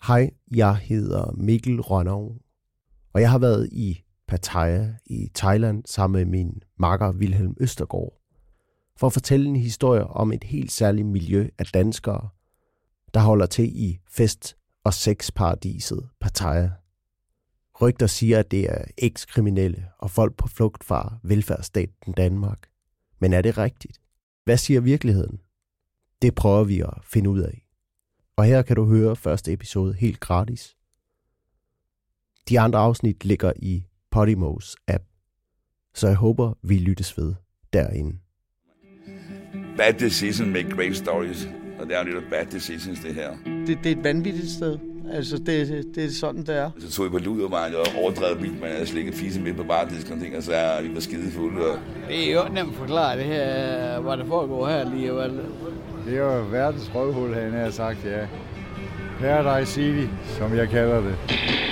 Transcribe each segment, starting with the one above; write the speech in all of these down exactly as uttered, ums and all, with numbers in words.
Hej, jeg hedder Mikkel Rønnow, og jeg har været i Pattaya i Thailand sammen med min makker Vilhelm Østergaard for at fortælle en historie om et helt særligt miljø af danskere, der holder til i fest- og sexparadiset Pattaya. Rygter siger, at det er ekskriminelle og folk på flugt fra velfærdsstaten Danmark. Men er det rigtigt? Hvad siger virkeligheden? Det prøver vi at finde ud af. Og her kan du høre første episode helt gratis. De andre afsnit ligger i Podimos app, så jeg håber, vi lyttes ved derinde. Bad decisions make great stories, og det er jo lidt bad decisions, det her. Det, det er et vanvittigt sted. Altså, det, det er sådan, det er. Så tog jeg på ludermarkedet og overdrevet vildt, men jeg slikket fise midt på bardisken og ting, og så er vi var skidefulde. Og... Det er jo nemt at forklare det her, hvad der foregår her lige. Vel? Det er jo verdens røvhul, han har sagt, ja. Paradise City, som jeg kalder det.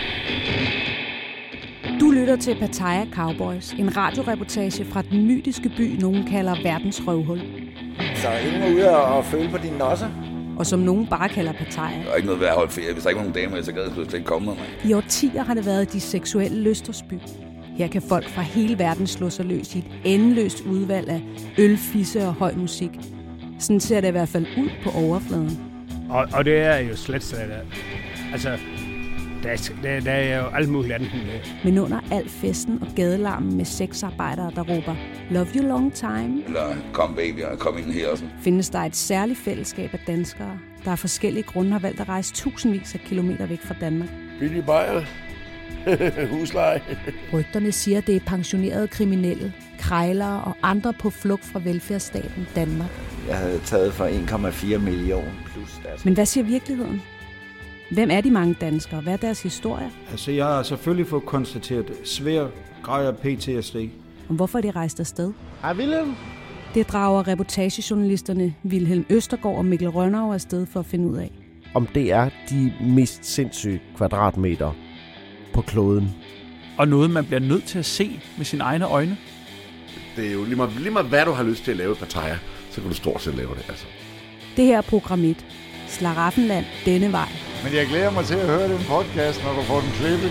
Du lytter til Pattaya Cowboys, en radioreportage fra den mytiske by, nogen kalder verdens røvhul. Så er ingen ude og føle på dine nosser? Og som nogen bare kalder Pattaya. Der er ikke noget ved at holde ferie. Hvis der ikke var nogen damer, så gad jeg slet ikke komme med mig. I årtier har det været de seksuelle lysters by. Her kan folk fra hele verden slå sig løs i et endeløst udvalg af øl, fisse og høj musik. Sådan ser det i hvert fald ud på overfladen. Og, og det er jo slet slet. Altså, der er, der, der er jo alt muligt andet. Men under al festen og gadelarmen med sexarbejdere, der råber Love you long time. Eller kom baby, og kom ind her også. Findes der et særligt fællesskab af danskere, der af forskellige grunde har valgt at rejse tusindvis af kilometer væk fra Danmark. Billy Bayer. Husleje. Rygterne siger, at det er pensionerede kriminelle, krejlere og andre på flugt fra velfærdsstaten Danmark. Jeg havde taget for en komma fire millioner plus. Deres... Men hvad siger virkeligheden? Hvem er de mange danskere? Hvad er deres historie? Altså, jeg har selvfølgelig fået konstateret svær grad af P T S D. Og hvorfor er de rejst afsted? Hej, Vilhelm. Det drager reportagejournalisterne Vilhelm Østergaard og Mikkel Rønnow afsted for at finde ud af. Om det er de mest sindssyge kvadratmeter på kloden. Og noget, man bliver nødt til at se med sine egne øjne. Det er jo lige meget, lige meget hvad du har lyst til at lave i Pattaya, så kan du stort set lave det. Altså. Det her er program et. Slaraffenland denne vej. Men jeg glæder mig til at høre den podcast, når du får den klippet.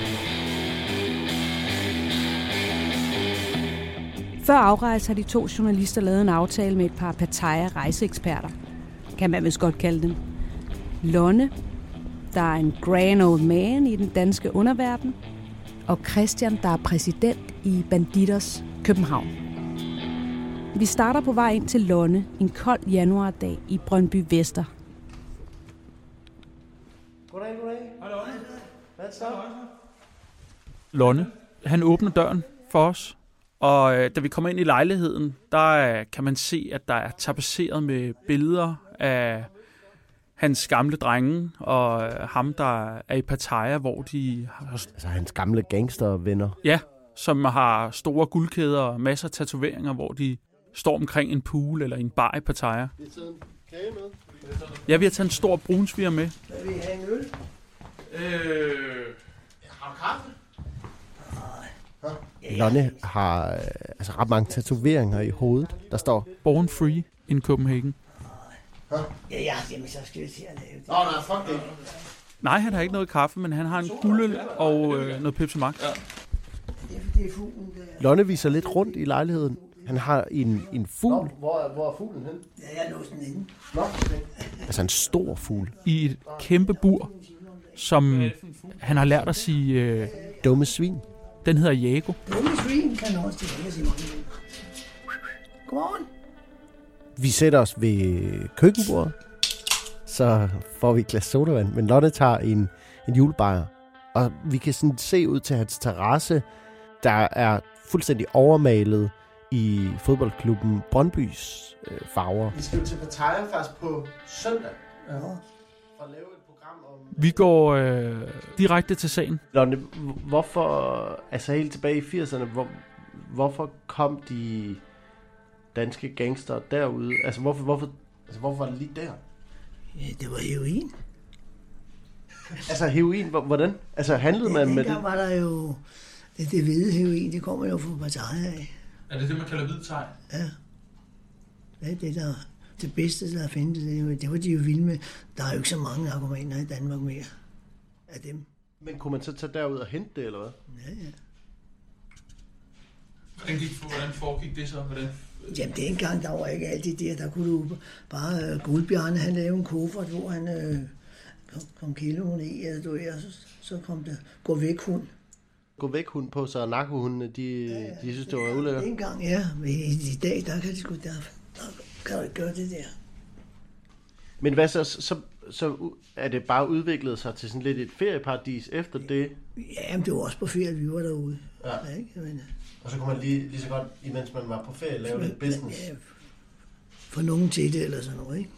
Før afrejse har de to journalister lavet en aftale med et par Pattaya-rejseeksperter. Kan man vist godt kalde dem. Lonne, der er en grand old man i den danske underverden, og Christian, der er præsident i Bandidos København. Vi starter på vej ind til Lonne en kold januardag i Brøndby Vester. Goddag, goddag. Hej, Lonne. Hvad så? Lonne, han åbner døren for os, og øh, da vi kommer ind i lejligheden, der øh, kan man se, at der er tapetseret med billeder af hans gamle drenge og øh, ham, der er i Pattaya, hvor de har... Altså hans gamle gangstervenner. Ja, som har store guldkæder og masser af tatoveringer, hvor de står omkring en pool eller en bar i Pattaya. Vi har taget en kage med. Ja, vi har taget en stor brunsviger med. Hvad vil I have, en øl? Øh... Har du kaffe? Lonne har øh, altså ret mange tatoveringer i hovedet. Der står Born Free in Copenhagen. Ja, ja, jamen så skal vi til at lave det. Nå, nej, fuck det. Nej, han har ikke noget kaffe, men han har en guldøl og øh, noget Pepsi Max. Ja. Det er fuglen der. Lonne viser lidt rundt i lejligheden. Han har en, en fugl. Nå, hvor, er, hvor er fuglen hen? Ja, jeg låste den inde. Nå, okay. Altså en stor fugl. I et kæmpe bur, som han har lært at sige... Øh, dumme svin. Den hedder Jago. Dumme svin kan også til at sige noget. Godmorgen. Vi sætter os ved køkkenbordet. Så får vi et glas sodavand. Men Lonne tager en, en julebajer. Og vi kan sådan se ud til hans terrasse, der er fuldstændig overmalet i fodboldklubben Brøndbys øh, farver. Vi skal jo til Pattaya faktisk på søndag. Ja. For at lave et program om... Vi går øh, direkte til sagen. Lonne, hvorfor, altså helt tilbage i firserne, hvor, hvorfor kom de danske gangster derude? Altså hvorfor, hvorfor, altså, hvorfor var det lige der? Ja, det var heroin. Altså heroin, hvordan? Altså handlede man ja, med det? var der jo... Det, det hvide heroin, det kommer jo fra Pattaya af. Er det det, man kalder hvid tegn? Ja. Det er det, der det bedste, der er findet. Det, det var de jo vilde med. Der er jo ikke så mange narkomaner i Danmark mere. af dem. Men kunne man så tage derud og hente det, eller hvad? Ja, ja. Hvordan, gik, hvordan foregik det så? Hvordan... Jamen, dengang, der var ikke alt det der. Der kunne du bare... Uh, Guldbjarne, han lavede en kuffert, hvor han uh, kom, kom kiloen i, og så, så kom der gå væk hund. Gå væk hund på, så narkohundene, de, ja, ja. de synes, det var ulækkert. Dengang, ja. Men i, i dag, der kan de sgu... Der, der kan du ikke gøre det der. Men hvad så, så, så er det bare udviklet sig til sådan lidt et ferieparadis efter det? Ja, men det var også på ferie, vi var derude. Ja. Ikke? Men, og så kunne man lige, lige så godt, imens man var på ferie, lave lidt business? Ja, for nogen til det eller sådan noget, ikke?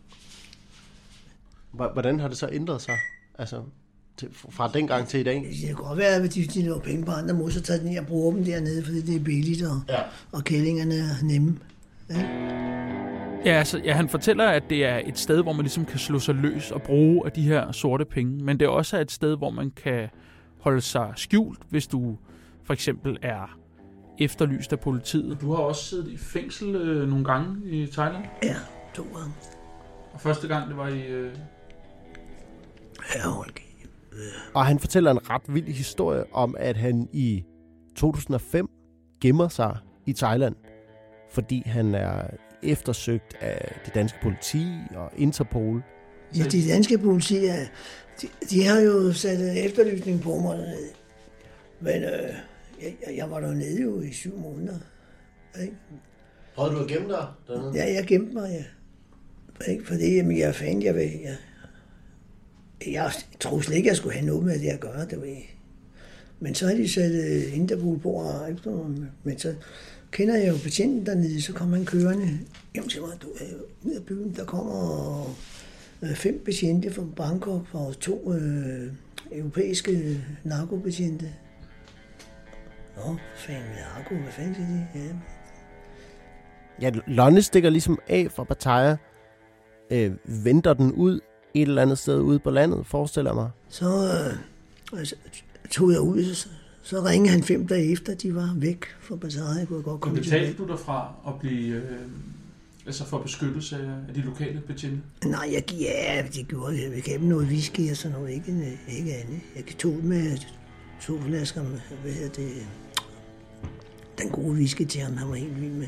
Hvordan har det så ændret sig? Altså, til, fra dengang til i dag? Det kan godt være, at de, de laver penge på andre måder, så tager de ned og bruger dem dernede, fordi det er billigt, og, ja. og kællingerne er nemme. Ja? Ja, altså, ja, han fortæller, at det er et sted, hvor man ligesom kan slå sig løs og bruge af de her sorte penge, men det er også et sted, hvor man kan holde sig skjult, hvis du for eksempel er efterlyst af politiet. Du har også siddet i fængsel øh, nogle gange i Thailand? Ja, to gange. Og første gang, det var i... Øh... Ja, okay. Og han fortæller en ret vild historie om, at han i to tusind og fem gemmer sig i Thailand, fordi han er eftersøgt af det danske politi og Interpol. Ja, det danske politi, de, de har jo sat efterlysning på mig. Men øh, jeg, jeg var der nede jo i syv måneder. Ikke? Prøvede du at gemme dig dernede? Ja, jeg gemte mig, ja. Ikke? Fordi jamen, jeg er fan, jeg ved. Jeg, jeg troede slet ikke, jeg skulle have noget med det at gøre, det ved. Men så har de sat uh, Interpol på, og efter, men så kender jeg jo betjenten dernede, så kommer han kørende hjem til mig, du er ud af byen, der kommer øh, fem betjente fra Bangkok og to øh, europæiske narkobetjente. Nå, fanden narko, hvad fanden siger de? Ja. Ja, Lonne stikker ligesom af fra Pattaya, øh, venter den ud et eller andet sted ude på landet, forestiller mig. Så øh, altså, tog jeg ud, så, så ringede han fem dage efter, de var væk fra Pattaya. Jeg kunne godt komme tilbage. Betalte du derfra at blive, øh, altså for beskyttelse af de lokale betjente? Nej, jeg, ja, det gjorde jeg. Jeg gav dem noget whisky og sådan noget, ikke, ikke andet. Jeg tog med to flasker med, hvad hedder det, den gode whisky til ham, han var helt vild med.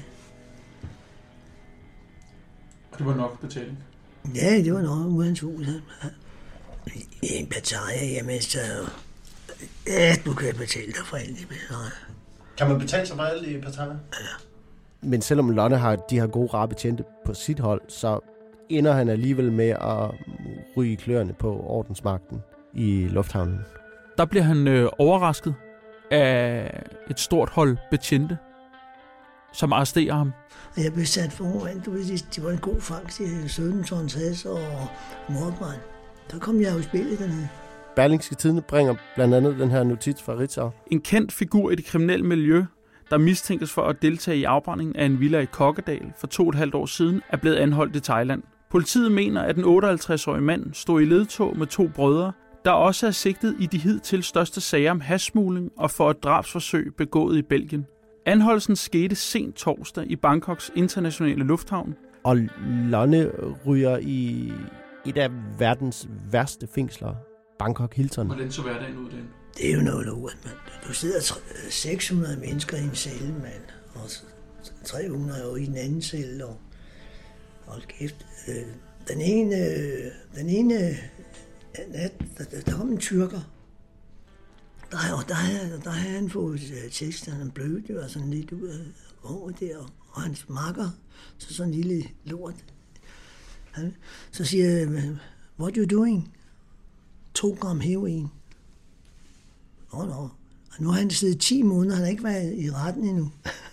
Og det var nok betaling? Ja, det var nok ude af hans hus. I en Pattaya, jamen så... Ja, du kan betale dig for alt i Pattaya. Kan man betale sig for alt i Pattaya? Ja. Men selvom Lonne har de her gode rare betjente på sit hold, så ender han alligevel med at ryge kløerne på ordensmagten i lufthavnen. Der bliver han øh, overrasket af et stort hold betjente, som arresterer ham. Jeg blev sat foran, du ved, det var en god fangst, de havde sytten tons has og mordbrand. Der kom jeg jo i spillet dernede. Berlingske Tidende bringer blandt andet den her notits fra Ritzau. En kendt figur i det kriminelle miljø, der mistænkes for at deltage i afbrændingen af en villa i Kokkedal for to og et halvt år siden, er blevet anholdt i Thailand. Politiet mener, at den otteoghalvtreds-årige mand stod i ledtog med to brødre, der også er sigtet i de hidtil største sager om hashsmugling og for et drabsforsøg begået i Belgien. Anholdelsen skete sent torsdag i Bangkoks internationale lufthavn. Og Lonne ryger i et af verdens værste fængsler, Bangkok Hilton. Hvordan så hverdagen ud den? Det er jo noget lort, mand. Du sidder seks hundrede mennesker i en celle, mand. Og tre hundrede jo i den anden celle. Og hold kæft. Den ene, den ene nat, der, der kom en tyrker. Der, og der, der havde han fået tekst, han blødt jo, og sådan lidt ud af håret der, og hans makker, så sådan en lille lort. Han, så siger jeg, what you doing? To gram heroin. Åh, oh, no. Og nu har han siddet ti måneder, han har ikke været i retten endnu.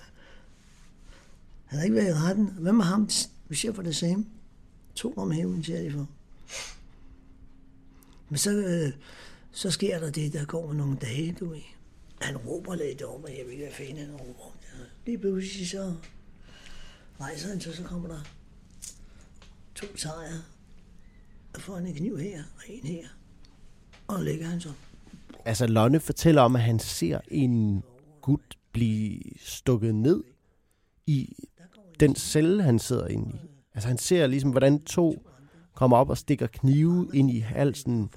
Han har ikke været i retten. Hvad med ham? Vi siger for det samme. To gram heroin, siger de for. Men så... Øh, Så sker der det, der går nogle dage, du ved. Han råber lidt om, og jeg ved ikke, hvad fanden han råber om. Lige pludselig så rejser han, så, så kommer der to tejer. Og får han en kniv her, og en her. Og lægger han så. Altså, Lonne fortæller om, at han ser en gut blive stukket ned i den celle, han sidder inde i. Altså, han ser ligesom, hvordan to kommer op og stikker knive ind i halsen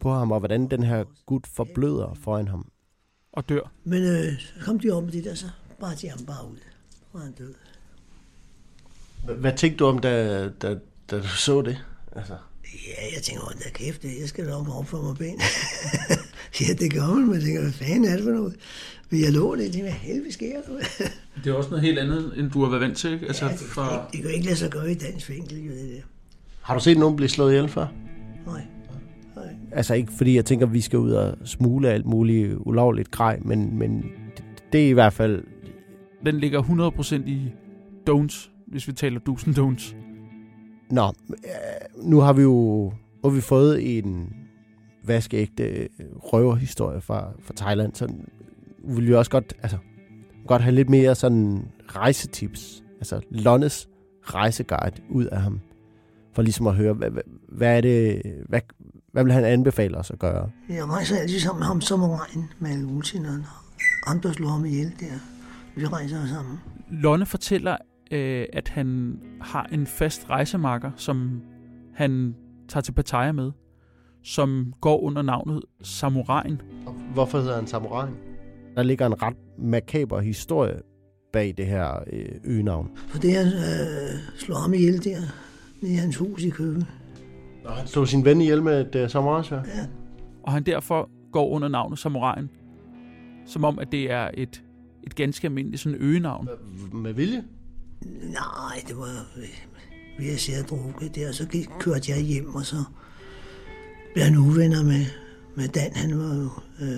på ham, og hvordan den her gut forbløder foran ham. Og dør. Men øh, så kom de op med det der, så bare de ham bare ud. Og han død. Hvad tænkte du om, da, da, da du så det? Altså. Ja, jeg tænker, hold da kæft, jeg skal nok opføre mig ben. Ja, det gør man, men jeg tænker, hvad fanden er det for noget? Men jeg lå det, det er helvede sker der. Det er også noget helt andet, end du har været vant til, ikke? Altså, ja, det, for... det, det kan jo ikke lade sig gøre i dansk fængsel, jo det der. Har du set nogen blive slået ihjel før? Nej. Nej. Altså ikke fordi jeg tænker, at vi skal ud og smule alt muligt ulovligt grej, men, men det, det er i hvert fald... Den ligger hundrede procent i don'ts, hvis vi taler do's and don'ts. Nå, nu har vi jo nu har vi fået en vaskeægte røverhistorie fra, fra Thailand, så vil vi også godt, altså, godt have lidt mere sådan rejsetips, altså Lonnes rejseguide ud af ham, for ligesom at høre, hvad, hvad er det, hvad, hvad vil han anbefale os at gøre? Jeg rejser altid sammen med ham som regn med Lutineren. Ham, der slår ham ihjel der. Vi rejser sammen. Lonne fortæller, øh, at han har en fast rejsemakker, som han tager til Pattaya med, som går under navnet Samuraien. Hvorfor hedder han Samuraien? Der ligger en ret makaber historie bag det her øh, øgenavn. For det han øh, slår ham ihjel der, i hans hus i Køge. Og han slog sin ven ihjel med et uh, samuraisværd? Ja. Og han derfor går under navnet Samuraien, som om, at det er et, et ganske almindeligt sådan øgenavn. Med, med vilje? Nej, det var ved at sidde og drukke der, og så gik, kørte jeg hjem, og så blev han uvenner med, med Dan. Han var jo øh,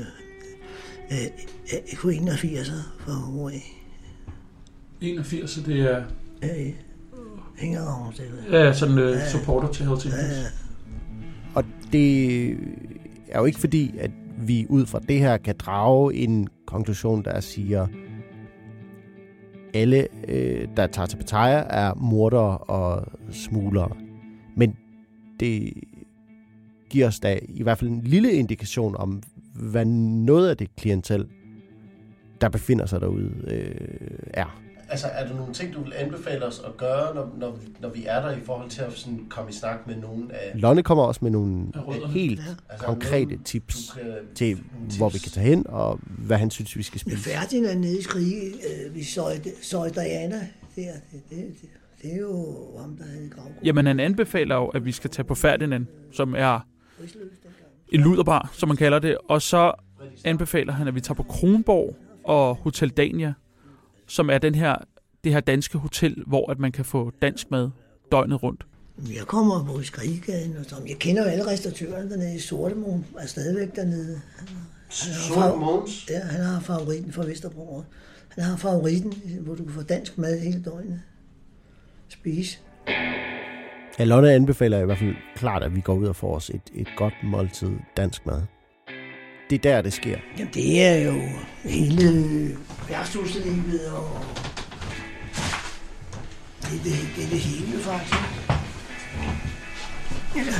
øh, enogfirs fra H A. enogfirs, det er... Ja, ja. Hængeravn, det Ja, sådan øh, ja. Supporter til Hells Angels. Ja, ja. Og det er jo ikke fordi, at vi ud fra det her kan drage en konklusion, der siger, alle, øh, der tager til Pattaya, er mordere og smuglere. Men det giver os da i hvert fald en lille indikation om, hvad noget af det klientel, der befinder sig derude, øh, er. Altså, er der nogle ting, du vil anbefale os at gøre, når, når, når vi er der, i forhold til at sådan komme i snak med nogen af... Lonne kommer også med nogle helt ja. altså, konkrete nogen, tips kan, til, tips. hvor vi kan tage hen, og hvad han synes, vi skal spille. Ferdinand nede i Skrige, øh, vi så Diana der, det, det, det, det er jo ham, der havde gravgård. Jamen, han anbefaler jo, at vi skal tage på Ferdinand, som er en luderbar, som man kalder det, og så anbefaler han, at vi tager på Kronborg og Hotel Dania, som er den her, det her danske hotel, hvor at man kan få dansk mad døgnet rundt. Jeg kommer på Skrigegaden, og jeg kender jo alle restauratørerne dernede i Sortemon, er stadigvæk dernede. Sortemons? Ja, han har favoritten fra Vesterbro. Han har favoritten, hvor du kan få dansk mad hele døgnet. Spise. Ja, Lonne anbefaler i hvert fald klart, at vi går ud og får os et, et godt måltid dansk mad. Det er der, det sker. Jamen, det er jo hele værtshuslivet, og det er det, det, er det hele, faktisk. Ja.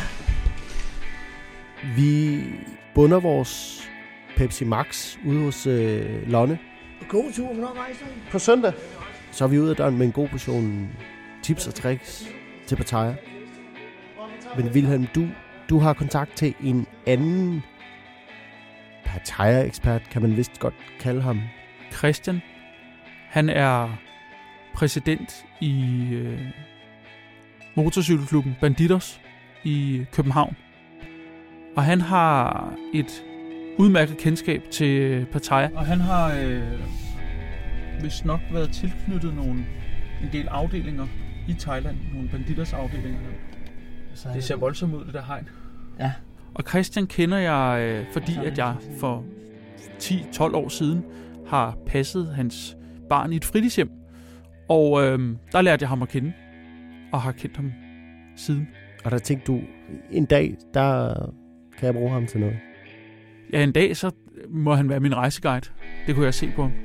Vi bunder vores Pepsi Max ude hos øh, Lonne. God tur, hvornår rejser I? På søndag. Så er vi ude af døren med en god portion tips og tricks til Pattaya. Men Wilhelm, du, du har kontakt til en anden Pattaya-ekspert, kan man vist godt kalde ham. Christian. Han er præsident i øh, motorcykelklubben Bandidos i København. Og han har et udmærket kendskab til Pattaya. Og han har øh, vist nok været tilknyttet nogle, en del afdelinger i Thailand. Nogle Bandidos afdelinger. Det ser voldsomt ud, det der hegn. Ja. Og Christian kender jeg, øh, fordi at jeg for ti tolv år siden har passet hans barn i et fritidshjem. Og øh, der lærte jeg ham at kende, og har kendt ham siden. Og der tænkte du, en dag, der kan jeg bruge ham til noget? Ja, en dag, så må han være min rejseguide. Det kunne jeg se på ham.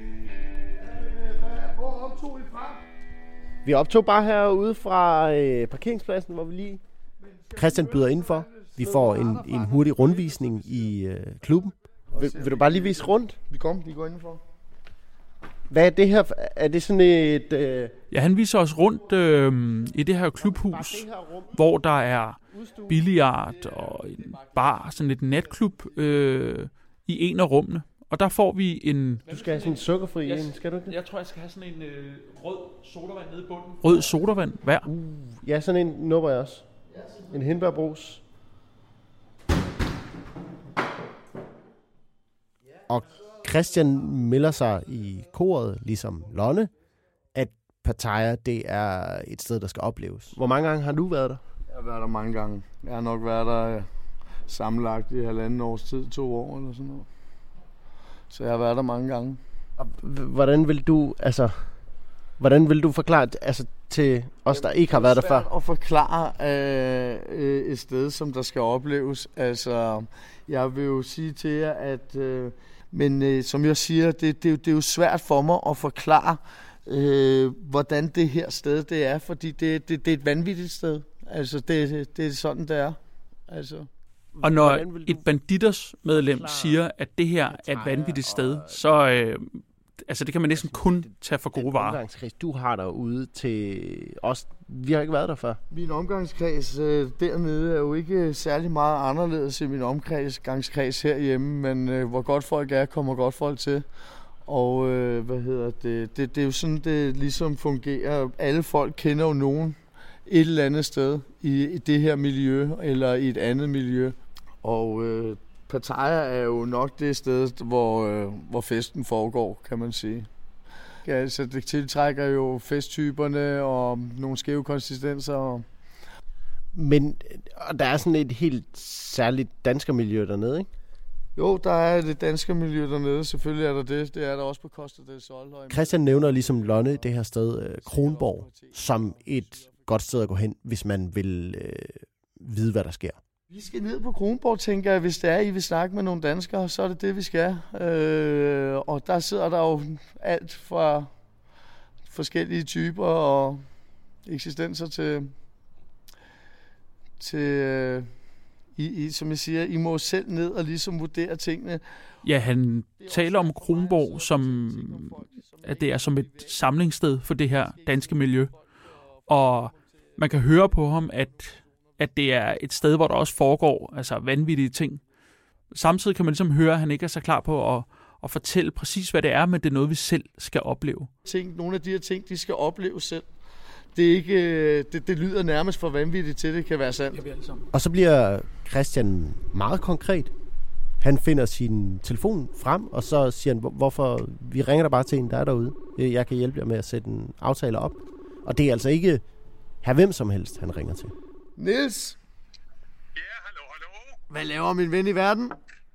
Vi optog bare herude fra øh, parkeringspladsen, hvor vi lige... Christian byder indenfor. Vi får en, en hurtig rundvisning i øh, klubben. Vil, vil du bare lige vise rundt? Vi kommer, vi går indenfor. Hvad er det her? Er det sådan et... Øh... Ja, han viser os rundt øh, i det her klubhus, hvor der er billiard og en bar, sådan et natklub øh, i en af rummene. Og der får vi en... Du skal have sådan en sukkerfri en, skal du ikke? Jeg tror, jeg skal have sådan en øh, rød sodavand nede i bunden. Rød sodavand, hver. Uh, ja, sådan en nupper jeg også. En hindbærbrus. Og Christian melder sig i koret, ligesom Lonne, at Pattaya, det er et sted, der skal opleves. Hvor mange gange har du været der? Jeg har været der mange gange. Jeg har nok været der sammenlagt i halvanden års tid, to år eller sådan noget. Så jeg har været der mange gange. Og hvordan vil du, altså, hvordan vil du forklare, altså til os, der ikke har været der før? Det er svært at forklare øh, et sted, som der skal opleves. Altså, jeg vil jo sige til jer, at, øh, men øh, som jeg siger, det, det, det er jo svært for mig at forklare, øh, hvordan det her sted det er, fordi det, det, det er et vanvittigt sted. Altså, det, det er sådan, det er. Altså. Og når et banditers medlem siger, at det her er et vanvittigt sted, så øh, altså det kan man næsten kun tage for gode varer. Omgangskreds, du har derude til os. Vi har ikke været der før. Min omgangskreds øh, dernede er jo ikke særlig meget anderledes end min omgangskreds herhjemme, men øh, hvor godt folk er, kommer godt folk til. Og øh, hvad hedder det? Det, det er jo sådan, det ligesom fungerer. Alle folk kender jo nogen et eller andet sted i, i det her miljø, eller i et andet miljø. Og øh, Pattaya er jo nok det sted, hvor, øh, hvor festen foregår, kan man sige. Ja, altså, det tiltrækker jo festtyperne og nogle skæve konsistenser. Men og der er sådan et helt særligt danskermiljø dernede, ikke? Jo, der er det danske miljø dernede. Selvfølgelig er der det. Det er der også på Costa del Sol. Christian nævner ligesom Lonne det her sted, øh, Kronborg, som et godt sted at gå hen, hvis man vil øh, vide, hvad der sker. Vi skal ned på Kronborg, tænker jeg. Hvis det er, I vil snakke med nogle danskere, så er det det, vi skal. Øh, og der sidder der jo alt fra forskellige typer og eksistenser til, til øh, I, I, som jeg siger, I må selv ned og ligesom vurdere tingene. Ja, han taler om Kronborg, som at det er som et samlingssted for det her danske miljø. Og man kan høre på ham, at, at det er et sted, hvor der også foregår altså vanvittige ting. Samtidig kan man ligesom høre, at han ikke er så klar på at, at fortælle præcis, hvad det er, men det er noget, vi selv skal opleve. Ting, nogle af de her ting, de skal opleve selv. Det, er ikke, det, det lyder nærmest for vanvittigt til, det kan være sandt. Og så bliver Christian meget konkret. Han finder sin telefon frem, og så siger han, hvorfor vi ringer der bare til en, der er derude. Jeg kan hjælpe jer med at sætte en aftale op. Og det er altså ikke her hvem som helst, han ringer til. Niels? Ja, hallo, hallo. Hvad laver min ven i verden?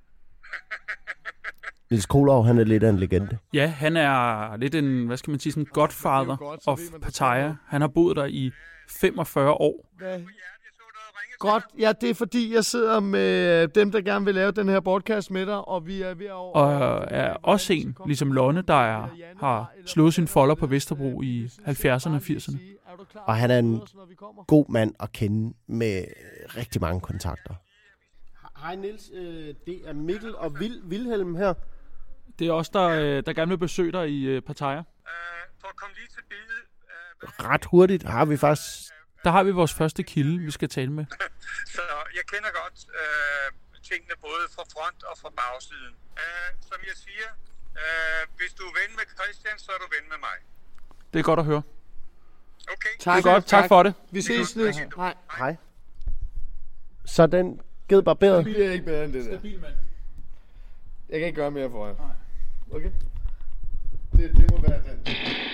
Niels Kohlov, han er lidt af en legende. Ja, han er lidt en, hvad skal man sige, sådan godfather of Pattaya. Han har boet der i femogfyrre år. Hvad? Godt, ja, det er fordi, jeg sidder med dem, der gerne vil lave den her podcast med dig, og vi er ved at... Og er også en, ligesom Lonne, der er, har slået sine folder på Vesterbro i halvfjerdserne og firserne. Og han er en god mand at kende med rigtig mange kontakter. Hej Niels, det er Mikkel og Vil Vilhelm her. Det er os, der, der gerne vil besøge dig i Pattaya. For at komme lige til billedet... Ret hurtigt har vi faktisk... Der har vi vores første kilde, vi skal tale med. Så jeg kender godt øh, tingene både fra front og fra bagsiden. Øh, som jeg siger, øh, hvis du er ven med Christian, så er du ven med mig. Det er godt at høre. Okay. Tak, det er godt. Tak, tak for det. Vi ses, Niels. Hej. Hej. Så den ged bare bedre. Det bliver ikke bedre end det der. Stabil mand. Jeg kan ikke gøre mere for jer. Okay? Det, det må være den.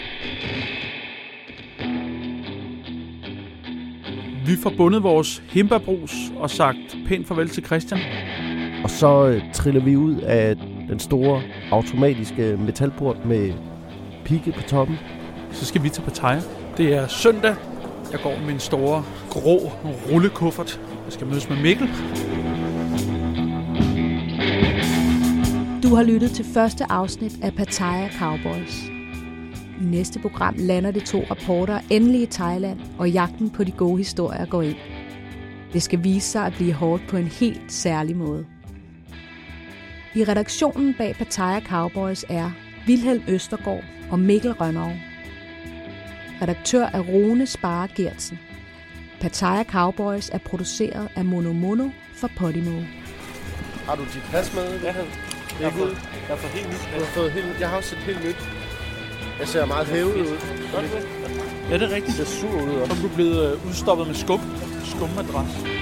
Vi får bundet vores hindbærbrus og sagt pænt farvel til Christian. Og så øh, triller vi ud af den store automatiske metalport med pigge på toppen. Så skal vi til Pattaya. Det er søndag. Jeg går med en store, grå rullekuffert. Jeg skal mødes med Mikkel. Du har lyttet til første afsnit af Pattaya Cowboys. I næste program lander de to rapporter endelig i Thailand, og jagten på de gode historier går ind. Det skal vise sig at blive hårdt på en helt særlig måde. I redaktionen bag Pattaya Cowboys er Vilhelm Østergaard og Mikkel Rønnow. Redaktør er Rune Spare Gertsen. Pattaya Cowboys er produceret af Mono Mono for Podimo. Har du dit pas med? Ja, jeg har fået, jeg har fået helt nyt. Du har fået helt, jeg har også et helt nyt. Jeg ser meget hævet ud. Ja, det er rigtigt. Det ser sur ud også. Så er du blevet udstoppet med skum. Skummadras.